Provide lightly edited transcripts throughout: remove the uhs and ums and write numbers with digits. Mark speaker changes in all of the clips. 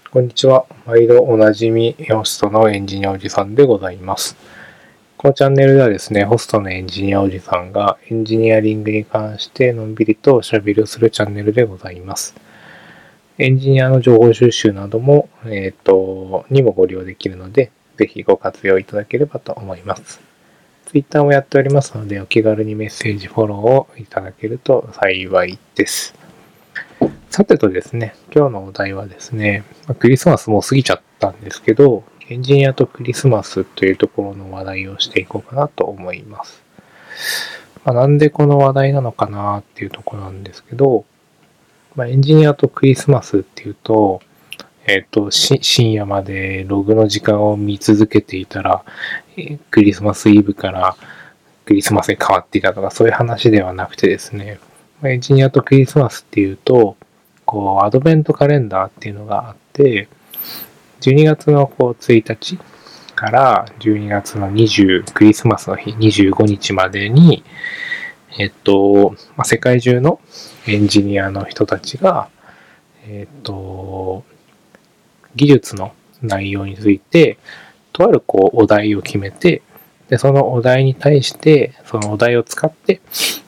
Speaker 1: こんにちは。毎度おなじみホストのエンジニアおじさんでございます。このチャンネルではですね、ホストのエンジニアおじさんがエンジニアリングに関してのんびりとおしゃべりをするチャンネルでございます。エンジニアの情報収集なども、にもご利用できるので、ぜひご活用いただければと思います。Twitter もやっておりますので、お気軽にメッセージ、フォローをいただけると幸いです。さてとですね、今日のお題はですね、クリスマスもう過ぎちゃったんですけど、エンジニアとクリスマスというところの話題をしていこうかなと思います。なんでこの話題なのかなっていうところなんですけど、エンジニアとクリスマスっていうと、深夜までログの時間を見続けていたら、クリスマスイブからクリスマスに変わっていたとか、そういう話ではなくてですね、エンジニアとクリスマスっていうと、アドベントカレンダーっていうのがあって、12月の1日から12月のクリスマスの日25日までに、世界中のエンジニアの人たちが、技術の内容について、とあるお題を決めて、で、そのお題に対して、そのお題を使って、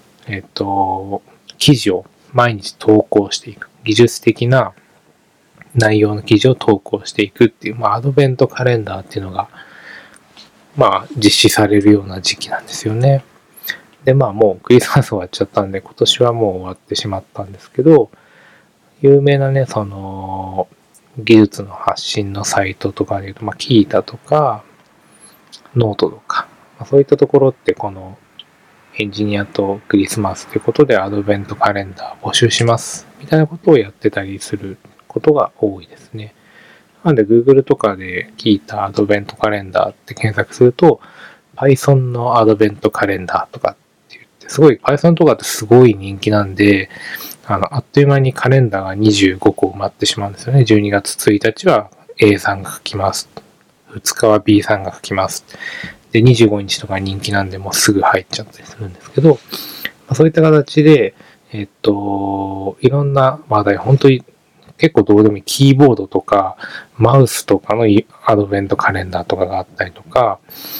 Speaker 1: 記事を毎日投稿していく。技術的な内容の記事を投稿していくっていう、アドベントカレンダーっていうのが、実施されるような時期なんですよね。で、もうクリスマス終わっちゃったんで、今年はもう終わってしまったんですけど、有名なね、技術の発信のサイトとかで言うと、キータとか、ノートとか、そういったところってこのエンジニアとクリスマスということでアドベントカレンダー募集しますみたいなことをやってたりすることが多いですね。なので Google とかで聞いたアドベントカレンダーって検索すると Python のアドベントカレンダーとかって言ってすごい Python とかってすごい人気なんであっという間にカレンダーが25個埋まってしまうんですよね。12月1日は A さんが書きます。2日は B さんが書きます。で、25日とか人気なんでもうすぐ入っちゃったりするんですけど、そういった形で、いろんな話題、本当に結構どうでもいいキーボードとか、マウスとかのアドベントカレンダーとかがあったりとか、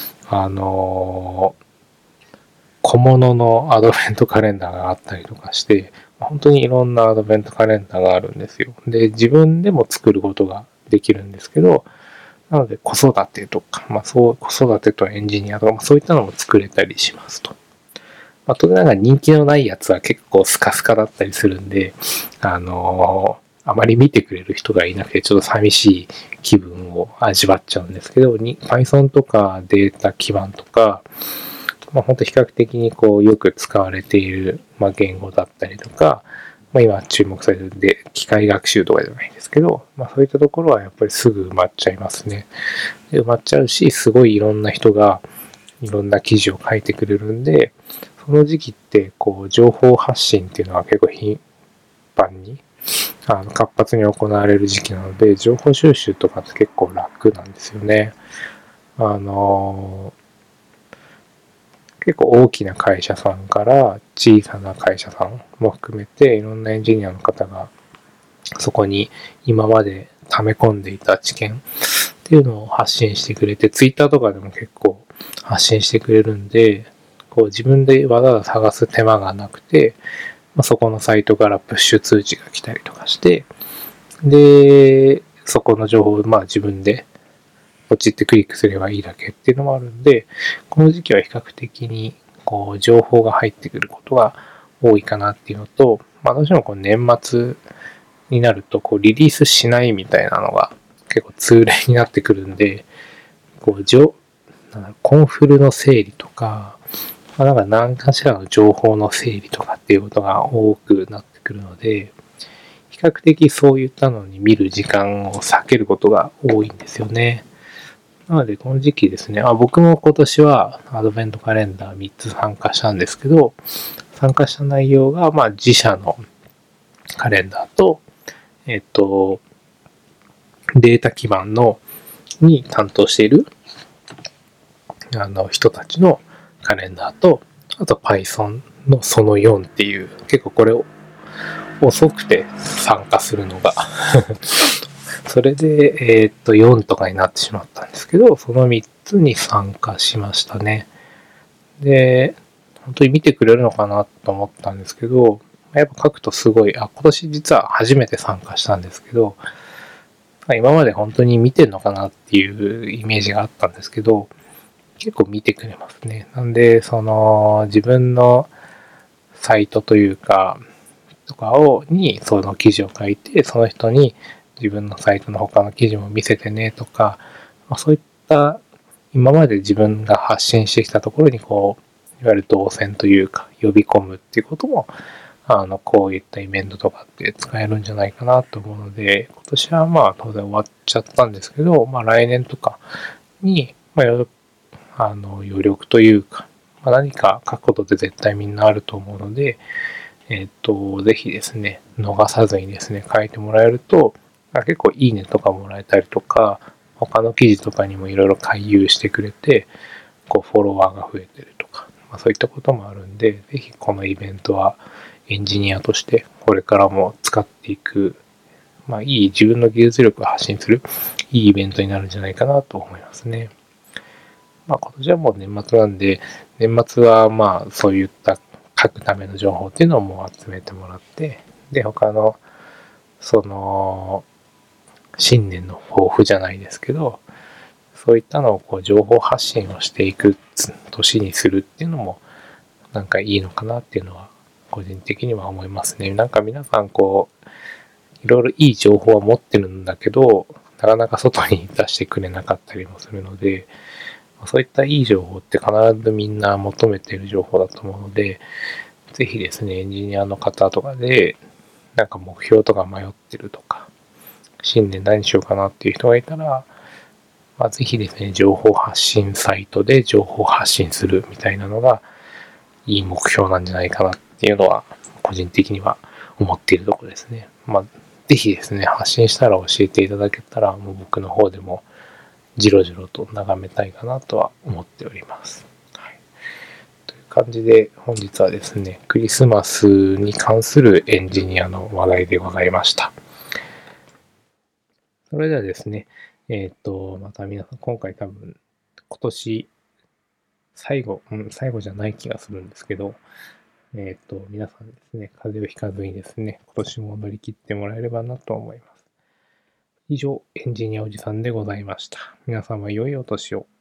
Speaker 1: 小物のアドベントカレンダーがあったりとかして、本当にいろんなアドベントカレンダーがあるんですよ。で、自分でも作ることができるんですけど、なので子育てとか、子育てとエンジニアとか、そういったのも作れたりしますと。当然人気のないやつは結構スカスカだったりするんで、あまり見てくれる人がいなくてちょっと寂しい気分を味わっちゃうんですけど、Python とかデータ基盤とか、本当比較的によく使われている、言語だったりとか、今注目されてるんで、機械学習とかじゃないんですけど、そういったところはやっぱりすぐ埋まっちゃいますね。で埋まっちゃうし、すごいいろんな人がいろんな記事を書いてくれるんで、その時期って情報発信っていうのは結構頻繁に活発に行われる時期なので、情報収集とかって結構楽なんですよね。結構大きな会社さんから小さな会社さんも含めていろんなエンジニアの方がそこに今まで溜め込んでいた知見っていうのを発信してくれて、ツイッターとかでも結構発信してくれるんで、自分でわざわざ探す手間がなくて、そこのサイトからプッシュ通知が来たりとかして、で、そこの情報を自分でポチってクリックすればいいだけっていうのもあるんで、この時期は比較的に情報が入ってくることが多いかなっていうのと、どうしても年末になるとリリースしないみたいなのが結構通例になってくるんで、コンフルの整理とか、何かしらの情報の整理とかっていうことが多くなってくるので、比較的そういったのに見る時間を避けることが多いんですよね。なのでこの時期ですね、僕も今年はアドベントカレンダー3つ参加したんですけど、参加した内容が自社のカレンダーと、データ基盤に担当している人たちのカレンダーと、あと Python のその4っていう、結構これを遅くて参加するのがそれで、4とかになってしまったんですけど、その3つに参加しましたね。で、本当に見てくれるのかなと思ったんですけど、やっぱ書くとすごい、今年実は初めて参加したんですけど、今まで本当に見てんのかなっていうイメージがあったんですけど、結構見てくれますね。なんで、自分のサイトというか、とかにその記事を書いて、その人に自分のサイトの他の記事も見せてねとか、そういった今まで自分が発信してきたところにいわゆる動線というか呼び込むっていうことも、こういったイベントとかって使えるんじゃないかなと思うので、今年は当然終わっちゃったんですけど、来年とかに、余力というか、何か書くことって絶対みんなあると思うので、ぜひですね、逃さずにですね、書いてもらえると、結構いいねとかもらえたりとか、他の記事とかにもいろいろ回遊してくれて、フォロワーが増えてるとか、そういったこともあるんで、ぜひこのイベントはエンジニアとしてこれからも使っていく、いい自分の技術力を発信するいいイベントになるんじゃないかなと思いますね。今年はもう年末なんで、年末はそういった書くための情報っていうのをもう集めてもらって、で、他の、新年の抱負じゃないですけど、そういったのを情報発信をしていく年にするっていうのも、なんかいいのかなっていうのは、個人的には思いますね。なんか皆さんいろいろいい情報は持ってるんだけど、なかなか外に出してくれなかったりもするので、そういったいい情報って必ずみんな求めている情報だと思うので、ぜひですね、エンジニアの方とかで、なんか目標とか迷ってるとか、新年何しようかなっていう人がいたら、ぜひですね、情報発信サイトで情報発信するみたいなのがいい目標なんじゃないかなっていうのは、個人的には思っているところですね。ぜひですね、発信したら教えていただけたら、もう僕の方でもじろじろと眺めたいかなとは思っております。はい、という感じで、本日はですね、クリスマスに関するエンジニアの話題でございました。それではですね、また皆さん、今回多分、今年、最後じゃない気がするんですけど、皆さんですね、風邪をひかずにですね、今年も乗り切ってもらえればなと思います。以上、エンジニアおじさんでございました。皆様良いお年を。